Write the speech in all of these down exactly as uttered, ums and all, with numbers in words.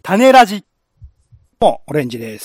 種ラジ。もう、オレンジです。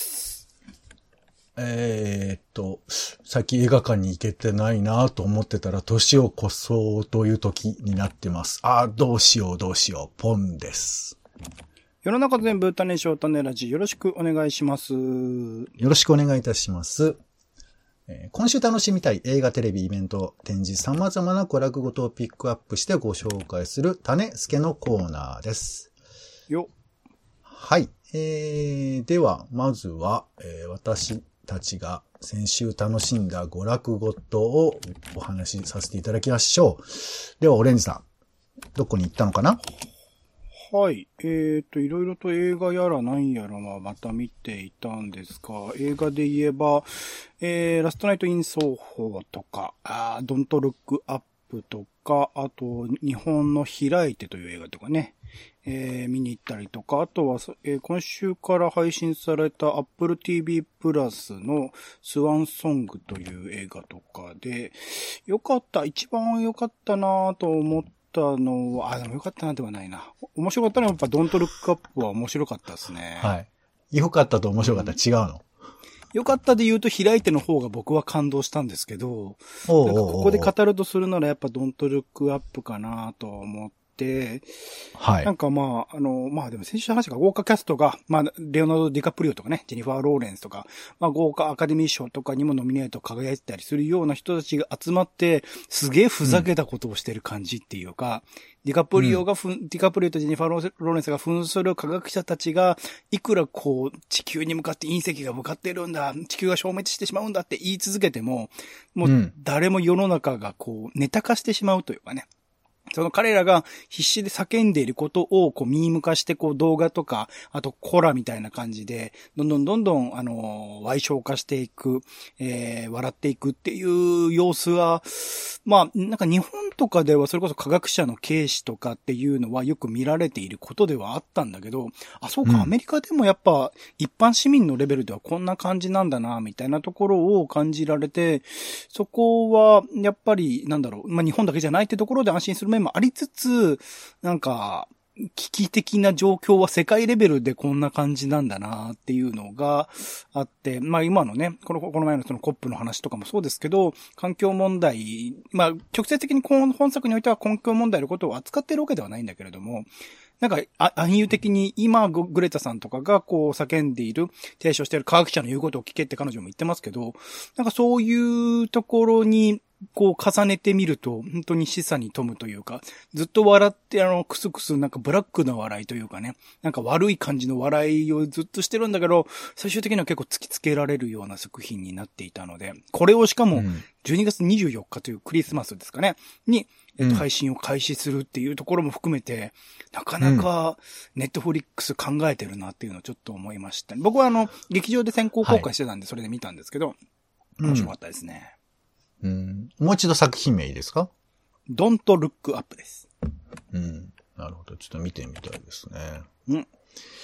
えーっと、最近映画館に行けてないなと思ってたら、年を越そうという時になってます。あー、どうしようどうしよう、ポンです。 世の中全部種賞種ラジ、よろしくお願いします。よろしくお願いいたします。えー、今週楽しみたい映画、テレビ、イベント、展示、様々な娯楽ごとをピックアップしてご紹介する種助のコーナーです。 よ。 はい。えー、では、まずは、えー、私たちが先週楽しんだ娯楽ごとをお話しさせていただきましょう。では、オレンジさん、どこに行ったのかな？ はい。えーと、いろいろと映画やらなんやらはまた見ていたんですが、映画で言えば、えー、ラストナイトイン奏法とか、あー、ドントルックアップとか、あと、日本の開いてという映画とかね、えー、見に行ったりとか、あとは、えー、今週から配信された Apple ティーブイ プラスのスワンソングという映画とかで、よかった、一番良かったなぁと思って、のは、あ、でもよかったなではないな。面白かったのはやっぱドントルックアップは面白かったですね。 はい。よかったと面白かった、うん、違うの？ よかったで言うと開いての方が僕は感動したんですけど、おうおうおう、なんかここで語るとするならやっぱドントルックアップかなと思って、はい。なんかまあ、あの、まあでも先週の話が豪華キャストが、まあ、レオナルド・ディカプリオとかね、ジェニファー・ローレンスとか、まあ豪華アカデミー賞とかにもノミネート輝いてたりするような人たちが集まって、すげえふざけたことをしてる感じっていうか、うん、ディカプリオがふん、うん、ディカプリオとジェニファー・ローレンスが扮する科学者たちが、いくらこう、地球に向かって隕石が向かってるんだ、地球が消滅してしまうんだって言い続けても、もう誰も世の中がこう、ネタ化してしまうというかね。その彼らが必死で叫んでいることをこうミーム化してこう動画とか、あとコラみたいな感じで、どんどんどんどんあの、歪小化していく、えー、笑っていくっていう様子は、まあ、なんか日本とかではそれこそ科学者の軽視とかっていうのはよく見られていることではあったんだけど、あ、そうか、うん、アメリカでもやっぱ一般市民のレベルではこんな感じなんだな、みたいなところを感じられて、そこはやっぱりなんだろう、まあ日本だけじゃないってところで安心する面もありつつ、なんか、危機的な状況は世界レベルでこんな感じなんだなっていうのがあって、まあ今のね、この、この前のそのコップの話とかもそうですけど、環境問題、まあ直接的にこの本作においては環境問題のことを扱っているわけではないんだけれども、なんか、暗喩的に今、グレタさんとかがこう叫んでいる、提唱している科学者の言うことを聞けって彼女も言ってますけど、なんかそういうところに、こう重ねてみると、本当に示唆に富むというか、ずっと笑って、あの、クスクスなんかブラックな笑いというかね、なんか悪い感じの笑いをずっとしてるんだけど、最終的には結構突きつけられるような作品になっていたので、これをしかも、じゅうにがつにじゅうよっかというクリスマスですかね、に、えっと、配信を開始するっていうところも含めて、なかなか、ネットフリックス考えてるなっていうのをちょっと思いました。僕はあの、劇場で先行公開してたんで、それで見たんですけど、はい、面白かったですね。 うん、もう一度作品名いいですか？ ドントルックアップです。 うん。なるほど。ちょっと見てみたいですね。 うん。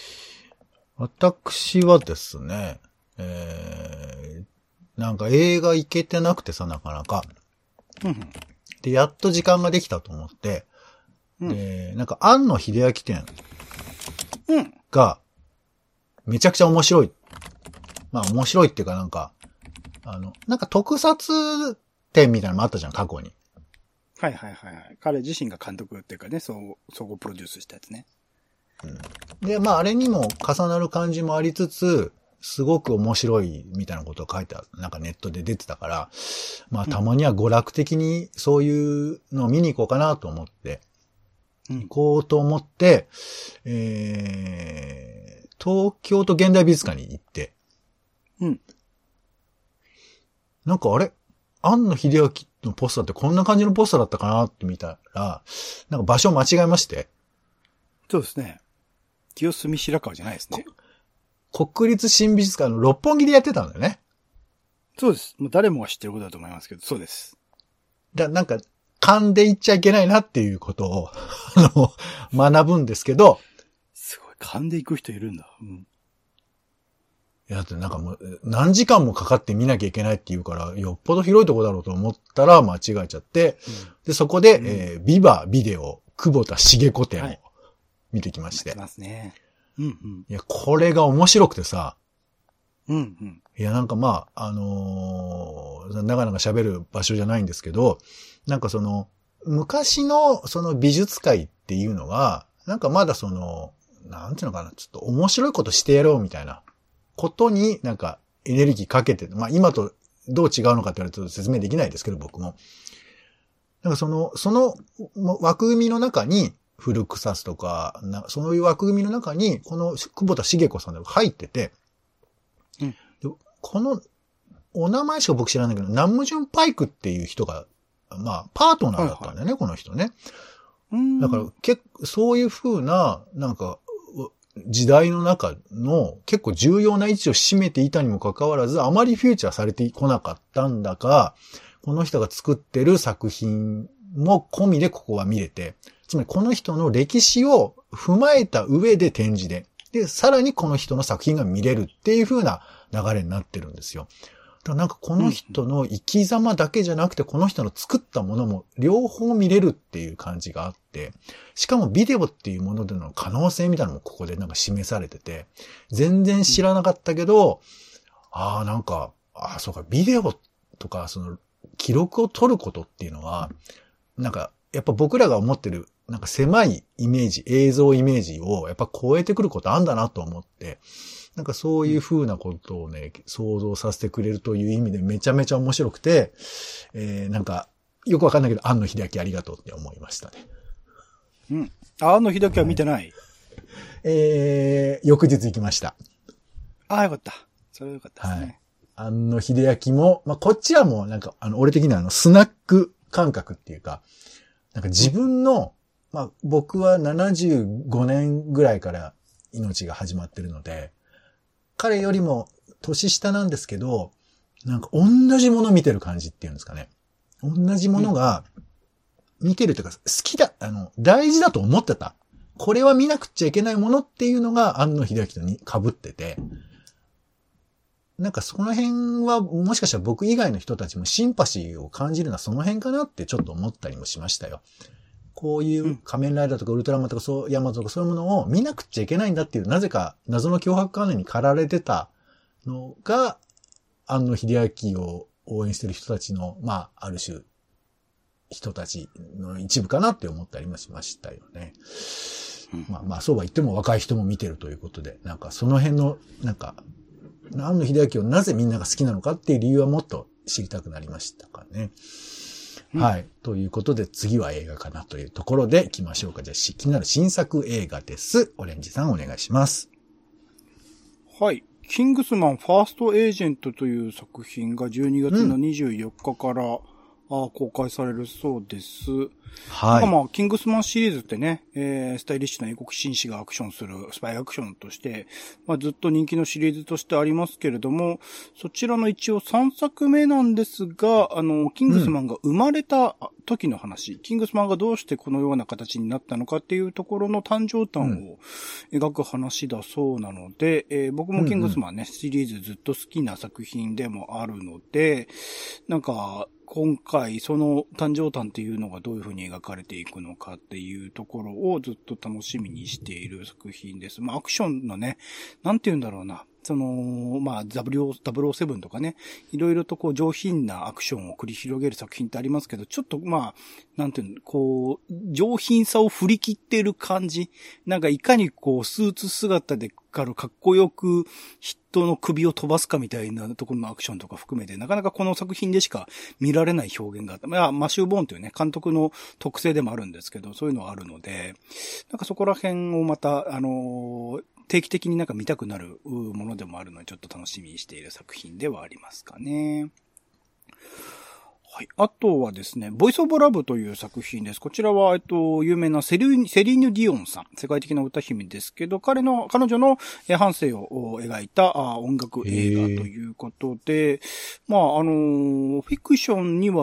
私はですね、えー、なんか映画行けてなくてさ、なかなか。 うん。 で、やっと時間ができたと思って、うん、で、なんか、庵野秀明展が、めちゃくちゃ面白い。まあ、面白いっていうかなんか、あの、なんか特撮展みたいなのもあったじゃん、過去に。 はいはいはい。彼自身が監督っていうかね、総合プロデュースしたやつね。 うん。で、まあ、あれにも重なる感じもありつつ、すごく面白いみたいなことを書いてある。なんかネットで出てたから、まあたまには娯楽的にそういうのを見に行こうかなと思って、うん、行こうと思って、えー、東京都現代美術館に行って、 うん。 なんかあれ庵野秀明のポスターってこんな感じのポスターだったかなって見たら、なんか場所間違えまして。 そうですね。清澄白河じゃないですね。 国立新美術館の六本木でやってたんだよね。 そうです。もう誰もが知ってることだと思いますけど、そうです。 だ、なんか、勘で言っちゃいけないなっていうことを、あの、学ぶんですけど。 すごい、勘で行く人いるんだ。うん。 いや、だってなんかもう、何時間もかかって見なきゃいけないって言うから、よっぽど広いとこだろうと思ったら間違えちゃって、うん、で、そこで、うん、えー、ビバビデオ、久保田茂子展を見てきまして。 やってますね。 うんうん。 いや、これが面白くてさ。 うんうん。 いや、なんかまあ、あのー、なかなか喋る場所じゃないんですけど、なんかその、昔のその美術界っていうのは、なんかまだその、なんていうのかな、ちょっと面白いことしてやろうみたいなことになんかエネルギーかけて、まあ今とどう違うのかって言われると説明できないですけど、僕も。なんかその、その枠組みの中に、古草とか、なそういう枠組みの中に、この久保田茂子さんが入ってて、 うん、 でこの、お名前しか僕知らないけど、ナムジュンパイクっていう人が、まあ、パートナーだったんだよね、はいはい、この人ね。だから、結構、そういう風な、なんか、時代の中の結構重要な位置を占めていたにもかかわらず、あまりフューチャーされてこなかったんだか、この人が作ってる作品も込みでここは見れて、つまりこの人の歴史を踏まえた上で展示で、で、さらにこの人の作品が見れるっていう風な流れになってるんですよ。だからなんかこの人の生き様だけじゃなくて、この人の作ったものも両方見れるっていう感じがあって、しかもビデオっていうものでの可能性みたいなのもここでなんか示されてて、全然知らなかったけど、ああ、なんか、ああ、そうか、ビデオとか、その、記録を取ることっていうのは、なんか、やっぱ僕らが思ってる、なんか狭いイメージ、映像イメージをやっぱ超えてくることあんだなと思って、なんかそういう風なことをね、想像させてくれるという意味でめちゃめちゃ面白くて、えー、なんか、よくわかんないけど、庵野秀明ありがとうって思いましたね。 うん。あ、庵野秀明は見てない、はい、 えー、翌日行きました。 ああ、よかった。それはよかったですね。 はい。庵野秀明も、まあ、こっちはもうなんか、あの、俺的にはあの、スナック感覚っていうか、なんか自分の、まあ、僕はななじゅうごねんぐらいから命が始まってるので、彼よりも年下なんですけど、なんか同じもの見てる感じっていうんですかね。同じものが見てるというか、好きだ、あの、大事だと思ってた。これは見なくちゃいけないものっていうのが庵野秀明とに被ってて、なんかその辺はもしかしたら僕以外の人たちもシンパシーを感じるのはその辺かなってちょっと思ったりもしましたよ。こういう仮面ライダーとかウルトラマンとかそうヤマトとかそういうものを見なくちゃいけないんだっていうなぜか謎の脅迫観念に駆られてたのが庵野秀明を応援してる人たちのまあある種人たちの一部かなって思ったりもしましたよね。うん、まあまあそうは言っても若い人も見てるということでなんかその辺のなんか庵野秀明をなぜみんなが好きなのかっていう理由はもっと知りたくなりましたかね。うん、はい。ということで、次は映画かなというところで行きましょうか。じゃあ、気になる新作映画です。オレンジさんお願いします。 はい。キングスマンファーストエージェントという作品がじゅうにがつのにじゅうよっかから、うん、あ公開されるそうです。はい。まあ、キングスマンシリーズってね、えー、スタイリッシュな英国紳士がアクションするスパイアクションとして、まあ、ずっと人気のシリーズとしてありますけれども、そちらの一応さんさくめなんですが、あの、キングスマンが生まれた時の話、うん、キングスマンがどうしてこのような形になったのかっていうところの誕生譚を描く話だそうなので、えー、僕もキングスマンね、うんうん、シリーズずっと好きな作品でもあるので、なんか、今回その誕生譚っていうのがどういう風に描かれていくのかっていうところをずっと楽しみにしている作品です。まあアクションのね、なんて言うんだろうな。その、まあ、ダブルオーセブン とかね、いろいろとこう上品なアクションを繰り広げる作品ってありますけど、ちょっとまあ、なんていうの、こう、上品さを振り切ってる感じ。なんかいかにこう、スーツ姿でかるかっこよく人の首を飛ばすかみたいなところのアクションとか含めて、なかなかこの作品でしか見られない表現があった。まあ、マシュー・ボーンというね、監督の特性でもあるんですけど、そういうのはあるので、なんかそこら辺をまた、あのー、定期的になんか見たくなるものでもあるので、ちょっと楽しみにしている作品ではありますかね。はい。あとはですね、ボイスオブラブという作品です。こちらは、えっと、有名なセリーヌ、セリーヌ・ディオンさん。世界的な歌姫ですけど、彼の、彼女の半生を描いた音楽映画ということで、まあ、あの、フィクションにはなって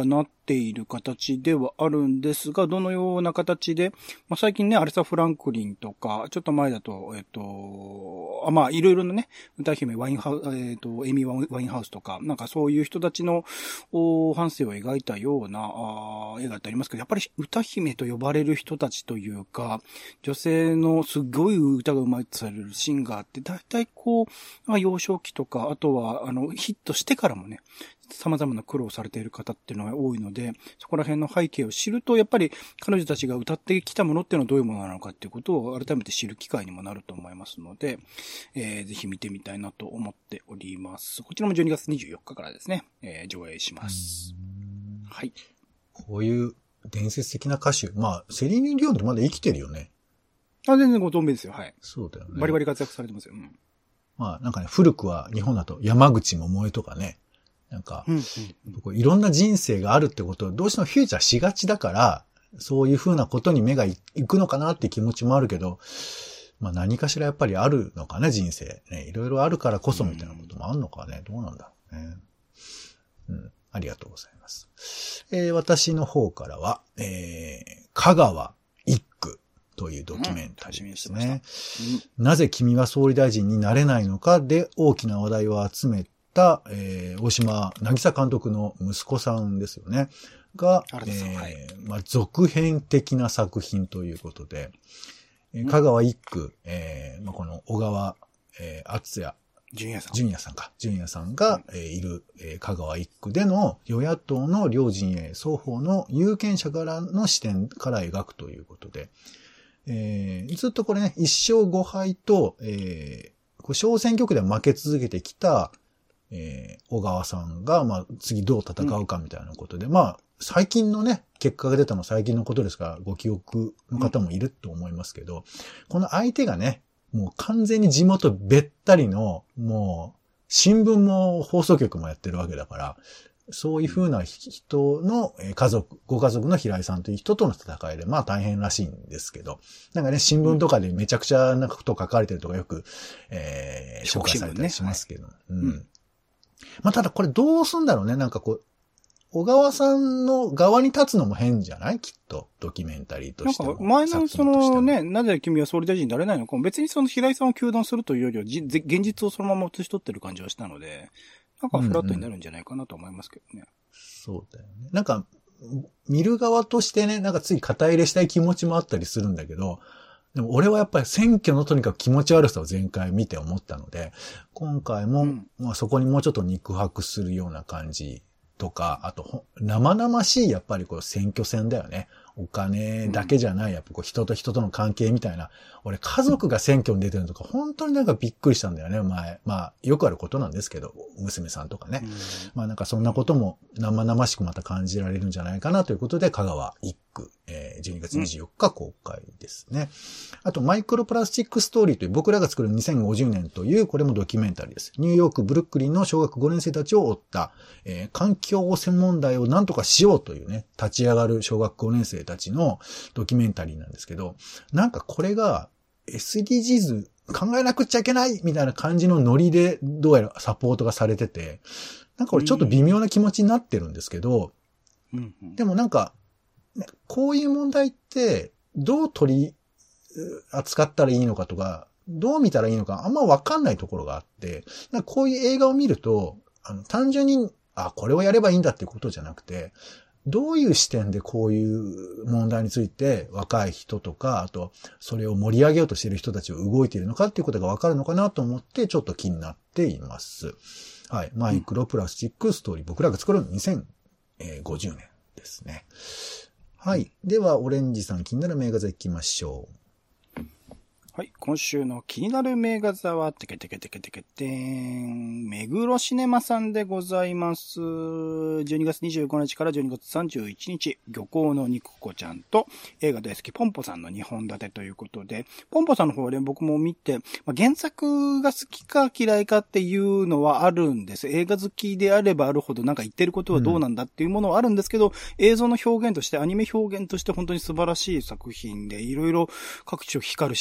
っている形ではあるんですが、どのような形で、まあ、最近ね、アレサ・フランクリンとか、ちょっと前だと、えっと、あまあ、いろいろなね、歌姫ワインハウス、えっと、エイミー・ワインハウスとか、なんかそういう人たちの半生を描いたようなあ映画ってありますけど、やっぱり歌姫と呼ばれる人たちというか、女性のすごい歌が上手いとされるシンガーって、大体こう、まあ、幼少期とか、あとは、あの、ヒットしてからもね、様々な苦労をされている方っていうのが多いので、そこら辺の背景を知ると、やっぱり彼女たちが歌ってきたものっていうのはどういうものなのかっていうことを改めて知る機会にもなると思いますので、えー、ぜひ見てみたいなと思っております。こちらもじゅうにがつにじゅうよっかからですね、えー、上映します。はい。 こういう伝説的な歌手、まあ、セリーヌ・ディオンってまだ生きてるよね。 あ、全然ご存命ですよ、はい。 そうだよね。 バリバリ活躍されてますよ。うん、 まあ、なんかね、古くは日本だと山口百恵とかね、なんか、うんうん、いろんな人生があるってことをどうしてもフューチャーしがちだから、そういうふうなことに目がいくのかなって気持ちもあるけど、まあ何かしらやっぱりあるのかね、人生。ね、いろいろあるからこそみたいなこともあるのかね、どうなんだろうね。うん、ありがとうございます。えー、私の方からは、えー、香川一区というドキュメンタリーですね。うん、なぜ君は総理大臣になれないのかで大きな話題を集めえー、大島渚監督の息子さんですよね。が、えー、まあ、続編的な作品ということで、えー、香川一区、えー、まあ、この小川、えー、敦也、 純也さん。 純也さんか。純也さんが、うん、えー、いる、えー、香川一区での与野党の両陣営双方の有権者からの視点から描くということで、えー、ずっとこれね、一勝五敗と、えー、こう小選挙区で負け続けてきた、えー、小川さんが、まあ、次どう戦うかみたいなことで、うん、まあ、最近のね、結果が出たのは最近のことですから、ご記憶の方もいると思いますけど、うん、この相手がね、もう完全に地元べったりの、もう、新聞も放送局もやってるわけだから、そういう風な人の家族、ご家族の平井さんという人との戦いで、まあ大変らしいんですけど、なんかね、新聞とかでめちゃくちゃなこと書かれてるとかよく、えー、紹介されたりしますけど、ね、はい、うん。まあ、ただこれどうすんだろうね。なんかこう、小川さんの側に立つのも変じゃないきっと、ドキュメンタリーとしても。 なんか前のそのね、なぜ君は総理大臣になれないのかも、別にその平井さんを糾弾するというよりは、じ現実をそのまま写し取ってる感じはしたので、なんかフラットになるんじゃないかなと思いますけどね。うんうん、 そうだよね。なんか、見る側としてね、なんかつい肩入れしたい気持ちもあったりするんだけど、でも俺はやっぱり選挙のとにかく気持ち悪さを前回見て思ったので、今回も、うん、まあそこにもうちょっと肉薄するような感じとか、あと生々しいやっぱりこう選挙戦だよね。お金だけじゃない、やっぱこう人と人との関係みたいな。俺家族が選挙に出てるのとか本当になんかびっくりしたんだよね、前。まあよくあることなんですけど、娘さんとかね。うん、まあなんかそんなことも生々しくまた感じられるんじゃないかなということで、香川一区、えー、じゅうにがつにじゅうよっか公開ですね。うん、あとマイクロプラスチックストーリーという僕らが作るにせんごじゅうねんというこれもドキュメンタリーです。ニューヨークブルックリンの小学ごねん生たちを追った、えー、環境汚染問題を何とかしようというね、立ち上がる小学ごねん生たちのドキュメンタリーなんですけど、なんかこれが エスディージーズ 考えなくちゃいけないみたいな感じのノリでどうやらサポートがされてて、なんか俺ちょっと微妙な気持ちになってるんですけど、うんうん、でもなんか、ね、こういう問題ってどう取り扱ったらいいのかとか、どう見たらいいのかあんまわかんないところがあって、なんかこういう映画を見ると、あの単純に、あ、これをやればいいんだってことじゃなくて、どういう視点でこういう問題について若い人とか、あとそれを盛り上げようとしている人たちを動いているのかっていうことがわかるのかなと思ってちょっと気になっています。はい。マイクロプラスチックストーリー、僕らが作るのにせんごじゅうねんですね。はい。では、オレンジさん気になる名画座行きましょう。 はい。今週の気になる名画座は、てけてけてけてけてーん、目黒シネマさんでございます。じゅうにがつにじゅうごにちからじゅうにがつさんじゅういちにち、漁港の肉子ちゃんと映画大好きポンポさんのにほん立てということで、ポンポさんの方で僕も見て、まあ、原作が好きか嫌いかっていうのはあるんです。映画好きであればあるほどなんか言ってることはどうなんだっていうものはあるんですけど、うん、映像の表現として、アニメ表現として本当に素晴らしい作品で、いろいろ各地を光るシーンが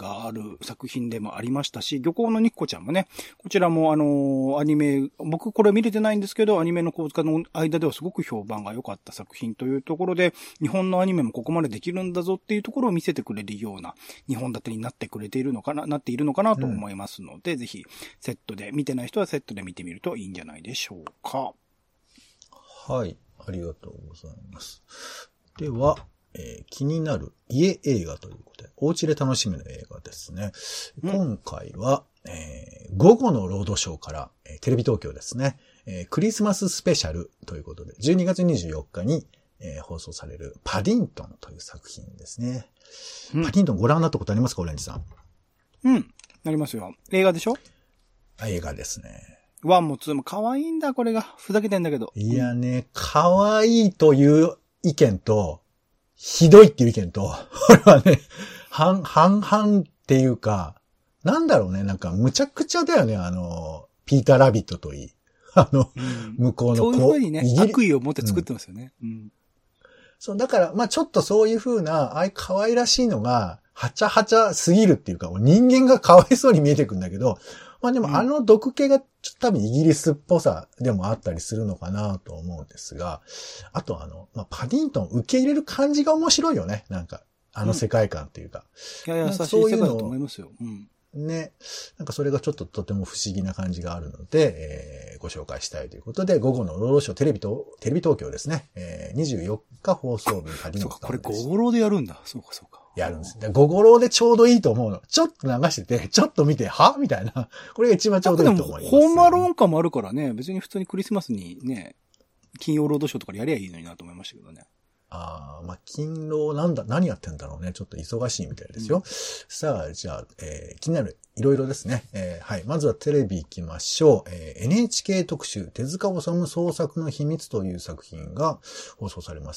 がある作品でもありましたし、漁港のニッコちゃんもね、こちらもあのー、アニメ、僕これ見れてないんですけど、アニメの構図家の間ではすごく評判が良かった作品というところで、日本のアニメもここまでできるんだぞっていうところを見せてくれるような日本立てになってくれているのかな、なっているのかなと思いますので、うん、ぜひセットで、見てない人はセットで見てみるといいんじゃないでしょうか。 はい、ありがとうございます。では、えー、気になる家映画ということで、お家で楽しめる映画ですね。うん、今回は、えー、午後のロードショーから、えー、テレビ東京ですね、えー、クリスマススペシャルということで、じゅうにがつにじゅうよっかに、えー、放送されるパディントンという作品ですね。うん、パディントンご覧になったことありますか、オレンジさん。 うん、なりますよ。映画でしょ？ 映画ですね。 ワンもツーも可愛いんだ、これが。ふざけてんだけど。 いやね、可愛いという意見と、ひどいっていう意見と、これはね、半、半々っていうか、なんだろうね、なんかむちゃくちゃだよね、あの、ピーターラビットといい。あの、うん、向こうのこう。そういう風にね、悪意を持って作ってますよね。うん。うん、 そう、だから、まあちょっとそういう風な、ああいう可愛らしいのが、はちゃはちゃすぎるっていうか、人間がかわいそうに見えてくるんだけど、まあでもあの毒気がちょっと多分イギリスっぽさでもあったりするのかなと思うんですが、あとあの、まあ、パディントン受け入れる感じが面白いよね。なんか、あの世界観っていうか。 うん、いやいや、優しい世界だと思いますよ。うん。 ね。なんかそれがちょっととても不思議な感じがあるので、えー、ご紹介したいということで、午後のロードショーテレビと、テレビ東京ですね。えー、にじゅうよっか放送日パディントンです。 そうか、これ午後ローでやるんだ。そうか、そうか。 やるんです。午後ローでちょうどいいと思うの。ちょっと流してて、ちょっと見て、はみたいな。これが一番ちょうどいいと思います。 ホームアローン感もあるからね、別に普通にクリスマスにね、金曜ロードショーとかやりゃいいのになと思いましたけどね。 ああ、まあ、勤労なんだ、何やってんだろうね。ちょっと忙しいみたいですよ。うん、さあ、じゃあ、えー、気になる、いろいろですね。えー、はい。まずはテレビ行きましょう。えー、エヌエイチケー 特集、手塚治虫創作の秘密という作品が放送されます。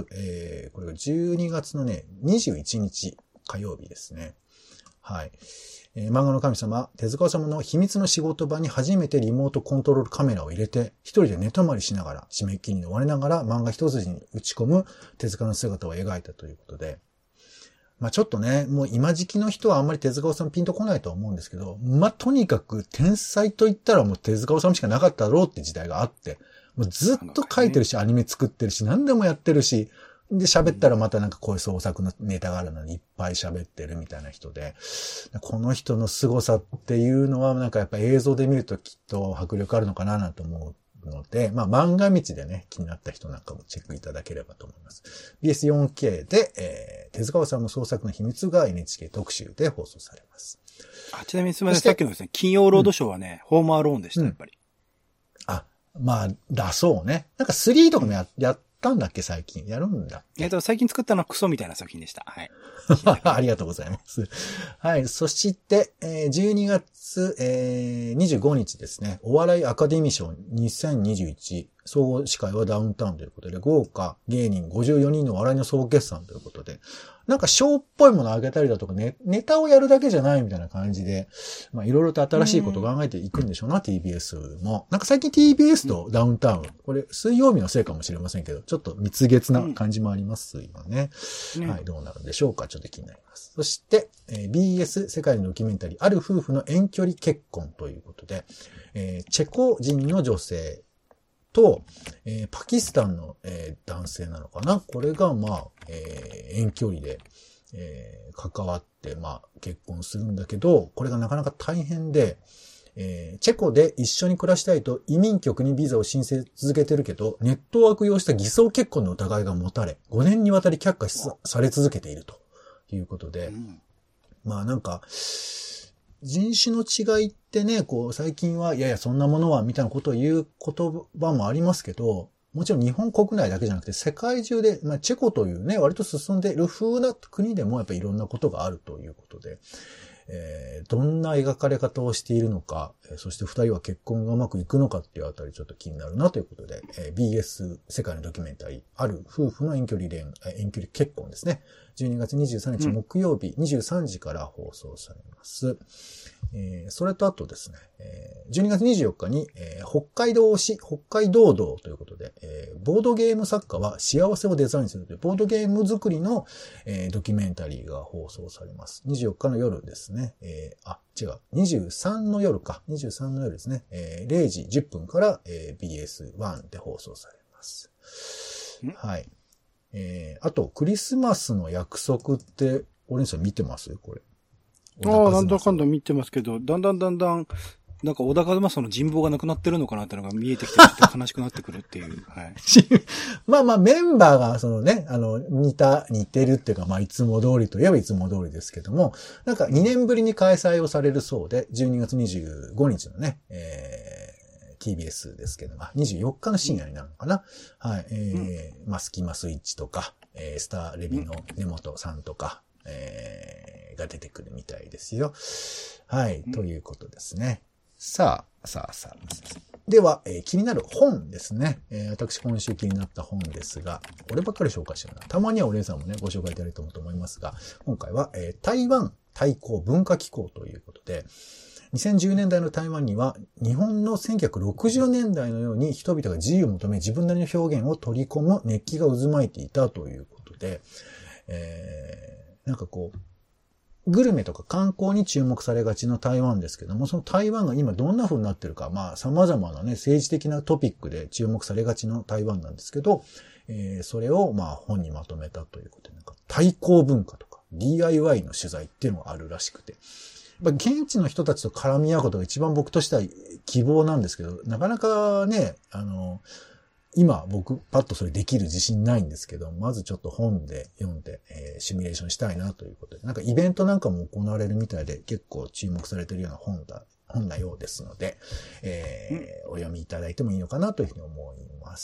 えー、これがじゅうにがつのね、にじゅういちにち火曜日ですね。はい。えー、漫画の神様、手塚治虫の秘密の仕事場に初めてリモートコントロールカメラを入れて、一人で寝泊まりしながら、締め切りに追われながら漫画一筋に打ち込む手塚の姿を描いたということで、まあちょっとね、もう今時期の人はあんまり手塚治虫ピンとこないと思うんですけど、まあとにかく天才と言ったらもう手塚治虫しかなかっただろうって時代があって、もうずっと書いてるし、アニメ作ってるし、何でもやってるし、で、喋ったらまたなんかこういう創作のネタがあるのにいっぱい喋ってるみたいな人で、この人の凄さっていうのはなんかやっぱ映像で見るときっと迫力あるのかななんて思うので、まあ漫画道でね、気になった人なんかもチェックいただければと思います。ビーエスよんケー で、えー、手塚治虫の創作の秘密が エヌエイチケー 特集で放送されます。 あ、ちなみにすみません、さっきのですね、金曜ロードショーはね、うん、ホームアローンでした、やっぱり。 うん、あ、まあ、だそうね。なんかスリーとかもや、うん、やったんだっけ最近。やるんだっけ。 えっと、最近作ったのはクソみたいな作品でした。はい。 ありがとうございます。はい。そして、えー、じゅうにがつ、えー、にじゅうごにちですね。お笑いアカデミー賞にせんにじゅういち。総合司会はダウンタウンということで、豪華芸人ごじゅうよにんの笑いの総決算ということで、なんか賞っぽいものをあげたりだとかね、ネタをやるだけじゃないみたいな感じで、まあいろいろと新しいことを考えていくんでしょうな、ティービーエス も。なんか最近 ティービーエス とダウンタウン、これ水曜日のせいかもしれませんけど、ちょっと蜜月な感じもありますよね。うん、はい、どうなるんでしょうか、ちょっと気になります。そして、えー、ビーエス 世界のドキュメンタリー、ある夫婦の遠距離結婚ということで、えー、チェコ人の女性、と、えー、パキスタンの、えー、男性なのかなこれが、まあ、えー、遠距離で、えー、関わって、まあ、結婚するんだけど、これがなかなか大変で、えー、チェコで一緒に暮らしたいと移民局にビザを申請続けてるけど、ネットを悪用した偽装結婚の疑いが持たれ、ごねんにわたり却下さ、され続けているということで、うん、まあなんか、人種の違いってね、こう、最近は、いやいや、そんなものは、みたいなことを言う言葉もありますけど、もちろん日本国内だけじゃなくて、世界中で、まあ、チェコというね、割と進んでいる風な国でも、やっぱりいろんなことがあるということで、えー、どんな描かれ方をしているのか、そして二人は結婚がうまくいくのかっていうあたりちょっと気になるなということで、えー、ビーエス 世界のドキュメンタリー、ある夫婦の遠距離恋、遠距離結婚ですね。じゅうにがつにじゅうさんにち木曜日にじゅうさんじから放送されます。えー、それとあとですね、えー、じゅうにがつにじゅうよっかに、えー、北海道推し、北海道道ということで、えー、ボードゲーム作家は幸せをデザインするというボードゲーム作りの、えー、ドキュメンタリーが放送されます。にじゅうよっかの夜ですですね。えー、あ、違う。にじゅうさんの夜か。にじゅうさんの夜ですね。えー、れいじじゅっぷんから、えー、ビーエスワン で放送されます。はい。えー、あと、クリスマスの約束って、オレンジさん見てますこれ。 ああ、なんだかんだ見てますけど、だんだんだんだん、なんか小田和正の人望がなくなってるのかなってのが見えてきて、ちょっと悲しくなってくるっていう。はい。 まあまあメンバーがそのね、あの、似た、似てるっていうか、まあいつも通りといえばいつも通りですけども、なんかにねんぶりに開催をされるそうで、じゅうにがつにじゅうごにちのね、えー、ティービーエス ですけども、にじゅうよっかの深夜になるのかな。はい、えー、うん、まあスキマスイッチとか、えー、スターレビの根本さんとか、えー、が出てくるみたいですよ。はい、ということですね。さあ、さあ、さあ。では、えー、気になる本ですね。えー、私今週気になった本ですが、こればっかり紹介してるな。たまにはお礼さんもね、ご紹介いただいてもと思いますが、今回は、えー、台湾対抗文化機構ということで、にせんじゅうねんだいの台湾には、日本のせんきゅうひゃくろくじゅうねんだいのように人々が自由を求め自分なりの表現を取り込む熱気が渦巻いていたということで、えー、なんかこう、グルメとか観光に注目されがちの台湾ですけども、その台湾が今どんな風になってるか、まあ様々なね、政治的なトピックで注目されがちの台湾なんですけど、えー、それをまあ本にまとめたということで、なんか対抗文化とか ディーアイワイ の取材っていうのがあるらしくて、やっぱ現地の人たちと絡み合うことが一番僕としては希望なんですけど、なかなかね、あの、今僕パッとそれできる自信ないんですけど、まずちょっと本で読んで、えー、シミュレーションしたいなということで、なんかイベントなんかも行われるみたいで結構注目されているような本だ、本なようですので、えー、お読みいただいてもいいのかなというふうに思います。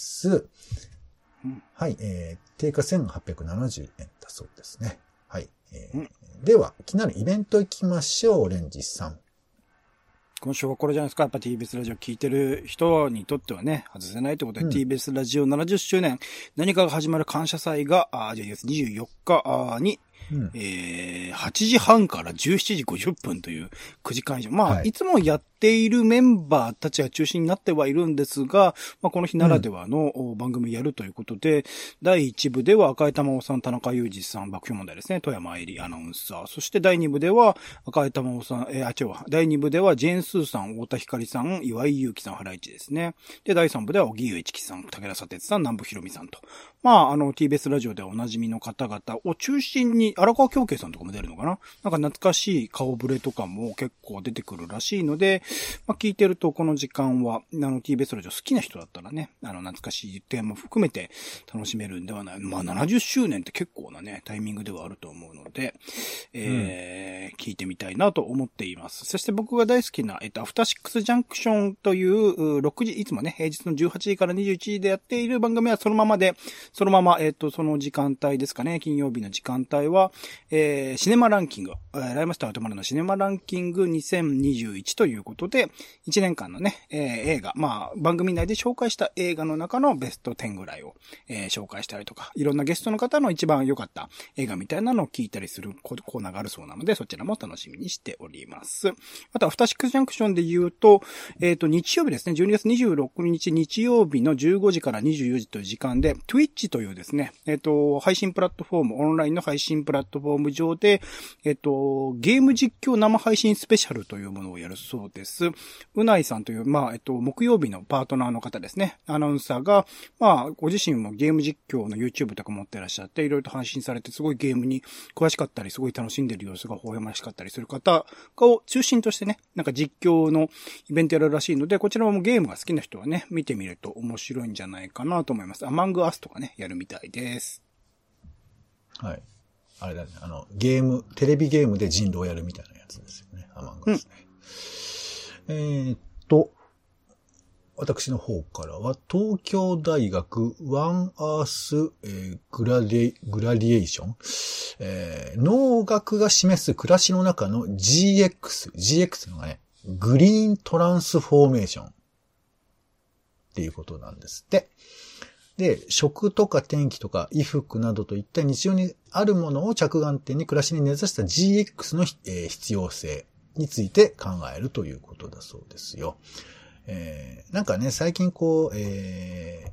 はい、えー、定価せんはっぴゃくななじゅうえんだそうですね。はい。えー、では、気になるイベント行きましょう、オレンジさん。 今週はこれじゃないですか。やっぱ ティービーエス ラジオ聞いてる人にとってはね、外せないということで、うん、ティービーエス ラジオななじゅっしゅうねん、何かが始まる感謝祭が、あじゃあにじゅうよっかに、うん、えー、はちじはんからじゅうしちじごじゅっぷんというくじかん以上。まあ、はい、いつもやっているメンバーたちが中心になってはいるんですが、まあ、この日ならではの番組やるということで、うん、だいいち部では赤井玉緒さん、田中裕二さん、爆笑問題ですね、富山愛理アナウンサー。そしてだいに部では赤井玉緒さん、えー、あ、違う、だいに部ではジェーンスーさん、太田光さん、岩井祐希さん、原市ですね。で、だいさん部では小木雄一樹さん、武田砂鉄さん、南部ひろみさんと。まあ、あの、ティービーエス ラジオではおなじみの方々を中心に、荒川京慶さんとかも出るのかな？なんか懐かしい顔ぶれとかも結構出てくるらしいので、まあ、聞いてるとこの時間は、あの ティービーエス ラジオ好きな人だったらね、あの懐かしいテーマも含めて楽しめるんではない。まあななじゅっしゅうねんって結構なね、タイミングではあると思うので、えーうん、聞いてみたいなと思っています。そして僕が大好きな、えっと、アフターシックスジャンクションというろくじ、いつもね、平日のじゅうはちじからにじゅういちじでやっている番組はそのままで、そのまま、えっと、その時間帯ですかね、金曜日の時間帯は、えー、シネマランキング、ライムスターアウトマルのシネマランキングにせんにじゅういちということで、いちねんかんのね、えー、映画、まあ、番組内で紹介した映画の中のベストじゅうぐらいを、えー、紹介したりとか、いろんなゲストの方の一番良かった映画みたいなのを聞いたりするコーナーがあるそうなので、そちらも楽しみにしております。あと、アフターシックスジャンクションで言うと、えっと、日曜日ですね、じゅうにがつにじゅうろくにち日曜日のじゅうごじからにじゅうよじという時間で、Twitch というですね、えっと、配信プラットフォーム、オンラインの配信プラットフォーム上で、えっと、ゲーム実況生配信スペシャルというものをやるそうです。うないさんという、まあ、えっと、木曜日のパートナーの方ですね。アナウンサーが、まあ、ご自身もゲーム実況の YouTube とか持ってらっしゃって、いろいろと配信されて、すごいゲームに詳しかったり、すごい楽しんでる様子が微笑ましかったりする方を中心としてね、なんか実況のイベントやるらしいので、こちらもゲームが好きな人はね、見てみると面白いんじゃないかなと思います。アマングアスとかね、やるみたいです。 はい。あれだね、あの、ゲーム、テレビゲームで人狼をやるみたいなやつですよね。アマンガスね。うん、えー、っと、私の方からは、東京大学ワンアース、えー、グラディ、グラディエーション、えー、農学が示す暮らしの中の ジーエックス、ジーエックス のがね、グリーントランスフォーメーションっていうことなんですって。で、食とか天気とか衣服などといった日常にあるものを着眼点に暮らしに根ざした ジーエックス の、えー、必要性について考えるということだそうですよ。えー、なんかね、最近こう、えー、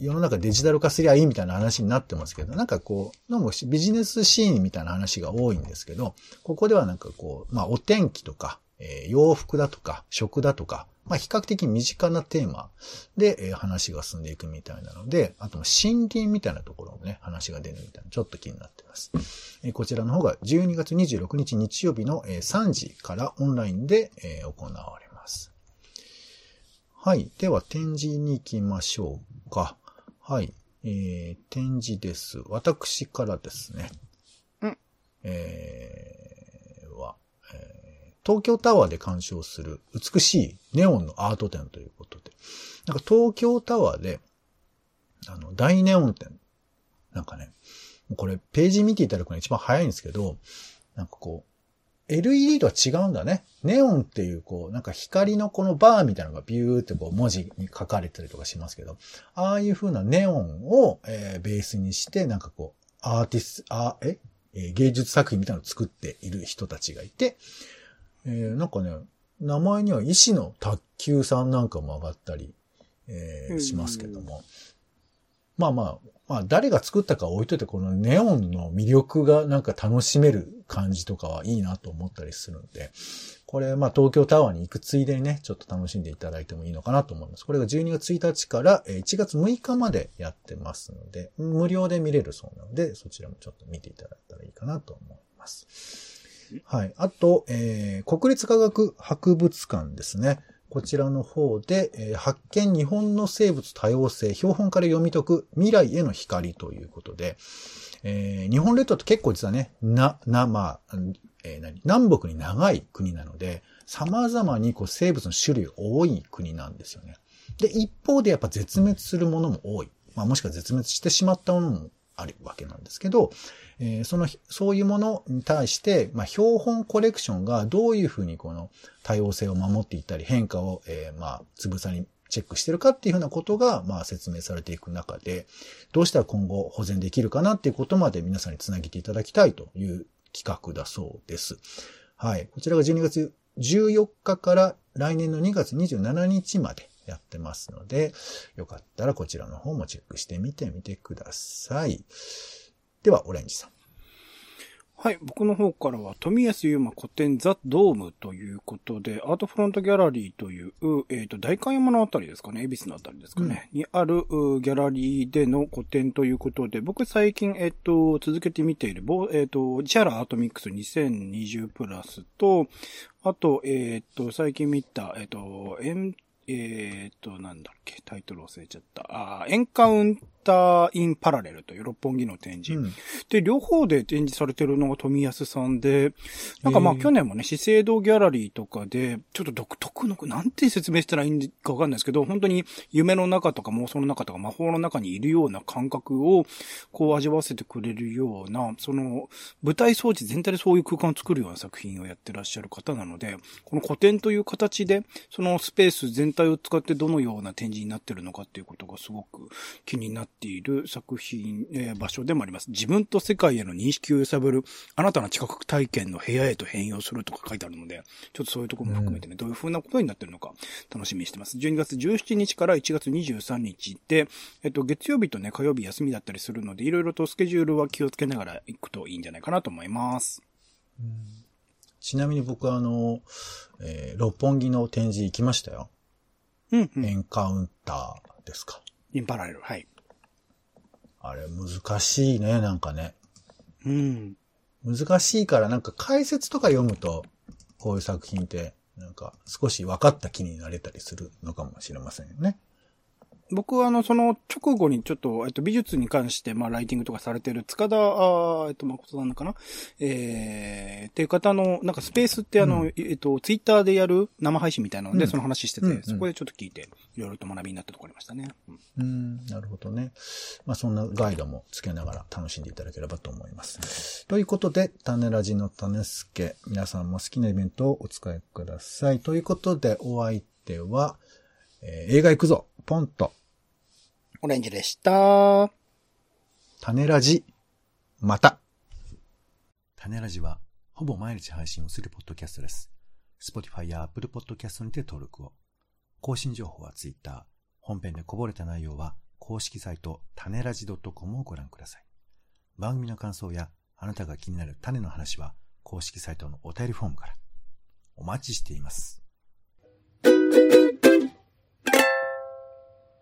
世の中デジタル化すりゃいいみたいな話になってますけど、なんかこう、なんかビジネスシーンみたいな話が多いんですけど、ここではなんかこう、まあお天気とか、えー、洋服だとか、食だとか、まあ比較的身近なテーマで、えー、話が進んでいくみたいなので、あと森林みたいなところもね、話が出るみたいな、ちょっと気になってます。えー、こちらの方がじゅうにがつにじゅうろくにち日曜日の、えー、さんじからオンラインで、えー、行われます。はい。では展示に行きましょうか。はい。えー、展示です。私からですね。 うん。 えー、は、えー、東京タワーで鑑賞する美しいネオンのアート展ということで。なんか東京タワーで、あの、大ネオン展。なんかね、これページ見ていただくのが一番早いんですけど、なんかこう、エルイーディー とは違うんだね。ネオンっていう、こう、なんか光のこのバーみたいなのがビューってこう文字に書かれたりとかしますけど、ああいう風なネオンを、えー、ベースにして、なんかこう、アーティスト、あ、ええ芸術作品みたいなのを作っている人たちがいて、えー、なんかね、名前には医師の卓球さんなんかも上がったり、えー、しますけども。まあまあ、まあ誰が作ったか置いといて、このネオンの魅力がなんか楽しめる感じとかはいいなと思ったりするんで、これまあ東京タワーに行くついでにね、ちょっと楽しんでいただいてもいいのかなと思います。これがじゅうにがつついたちからいちがつむいかまでやってますので、無料で見れるそうなので、そちらもちょっと見ていただいたらいいかなと思います。はい。あと、えー、国立科学博物館ですね。こちらの方で、えー、発見日本の生物多様性、標本から読み解く未来への光ということで、えー、日本列島って結構実はね、な、な、まあ、えー、何南北に長い国なので、様々にこう生物の種類多い国なんですよね。で、一方でやっぱ絶滅するものも多い。まあもしくは絶滅してしまったものもあるわけなんですけど、えー、その、そういうものに対して、まあ、標本コレクションがどういうふうにこの多様性を守っていったり、変化を、えー、まあ、つぶさにチェックしてるかっていうふうなことが、まあ、説明されていく中で、どうしたら今後保全できるかなっていうことまで皆さんにつなげていただきたいという企画だそうです。はい。こちらがじゅうにがつじゅうよっかから来年のにがつにじゅうしちにちまでやってますので、よかったらこちらの方もチェックしてみてみてください。では、オレンジさん。 はい。僕の方からは、富安優馬古典ザ・ドームということで、アートフロントギャラリーという、えっと、代官山のあたりですかね、恵比寿のあたりですかね、うん、にあるギャラリーでの個展ということで、僕最近、えっと、続けて見ている、えっと、市原アートミックスにせんにじゅうプラスと、あと、えっと、最近見た、えっと、エンえっと、なんだっけ、タイトル忘れちゃった。あエンカウンターインパラレルという六本木の展示。うん、で、両方で展示されてるのが富安さんで、なんかまあ去年もね、資生堂ギャラリーとかで、ちょっと独特の、なんて説明したらいいかわかんないですけど、本当に夢の中とか妄想の中とか魔法の中にいるような感覚を、こう味わわせてくれるような、その、舞台装置全体でそういう空間を作るような作品をやってらっしゃる方なので、この個展という形で、そのスペース全体を使ってどのような展示になっているのかっていうことがすごく気になっている作品、えー、場所でもあります。自分と世界への認識を揺さぶる新たな知覚体験の部屋へと変容するとか書いてあるので、ちょっとそういうところも含めてね、うん、どういう風なことになっているのか楽しみにしてます。じゅうにがつじゅうしちにちからいちがつにじゅうさんにちで、えっと、月曜日とね、火曜日休みだったりするので、いろいろとスケジュールは気をつけながら行くといいんじゃないかなと思います。 うん、ちなみに僕はあの、えー、六本木の展示行きましたよ。 うんうん、 エンカウンターですか。 インパラレル、はい。 あれ難しいね、なんかね。 うん。 難しいからなんか解説とか読むと、こういう作品ってなんか少し分かった気になれたりするのかもしれませんよね。 僕はあの、その直後にちょっと、えっと、美術に関して、まあ、ライティングとかされてる塚田、あえっと、誠さんかなえー、っていう方の、なんかスペースってあの、うん、えっと、ツイッターでやる生配信みたいなので、うん、その話してて、うん、そこでちょっと聞いて、いろいろと学びになったところありましたね。 うん、うん、なるほどね。まあ、そんなガイドもつけながら楽しんでいただければと思います。ということで、種ラジの種助、皆さんも好きなイベントをお使いください。ということで、お相手は、えー、映画行くぞ、ポンと。 オレンジでした。 種ラジ、また。種ラジは、ほぼ毎日配信をするポッドキャストです。Spotify や Apple Podcast にて登録を。更新情報は Twitter。本編でこぼれた内容は、 公式サイト種ラジ .com をご覧ください。番組の感想やあなたが気になる種の話は公式サイトのお便りフォームからお待ちしています。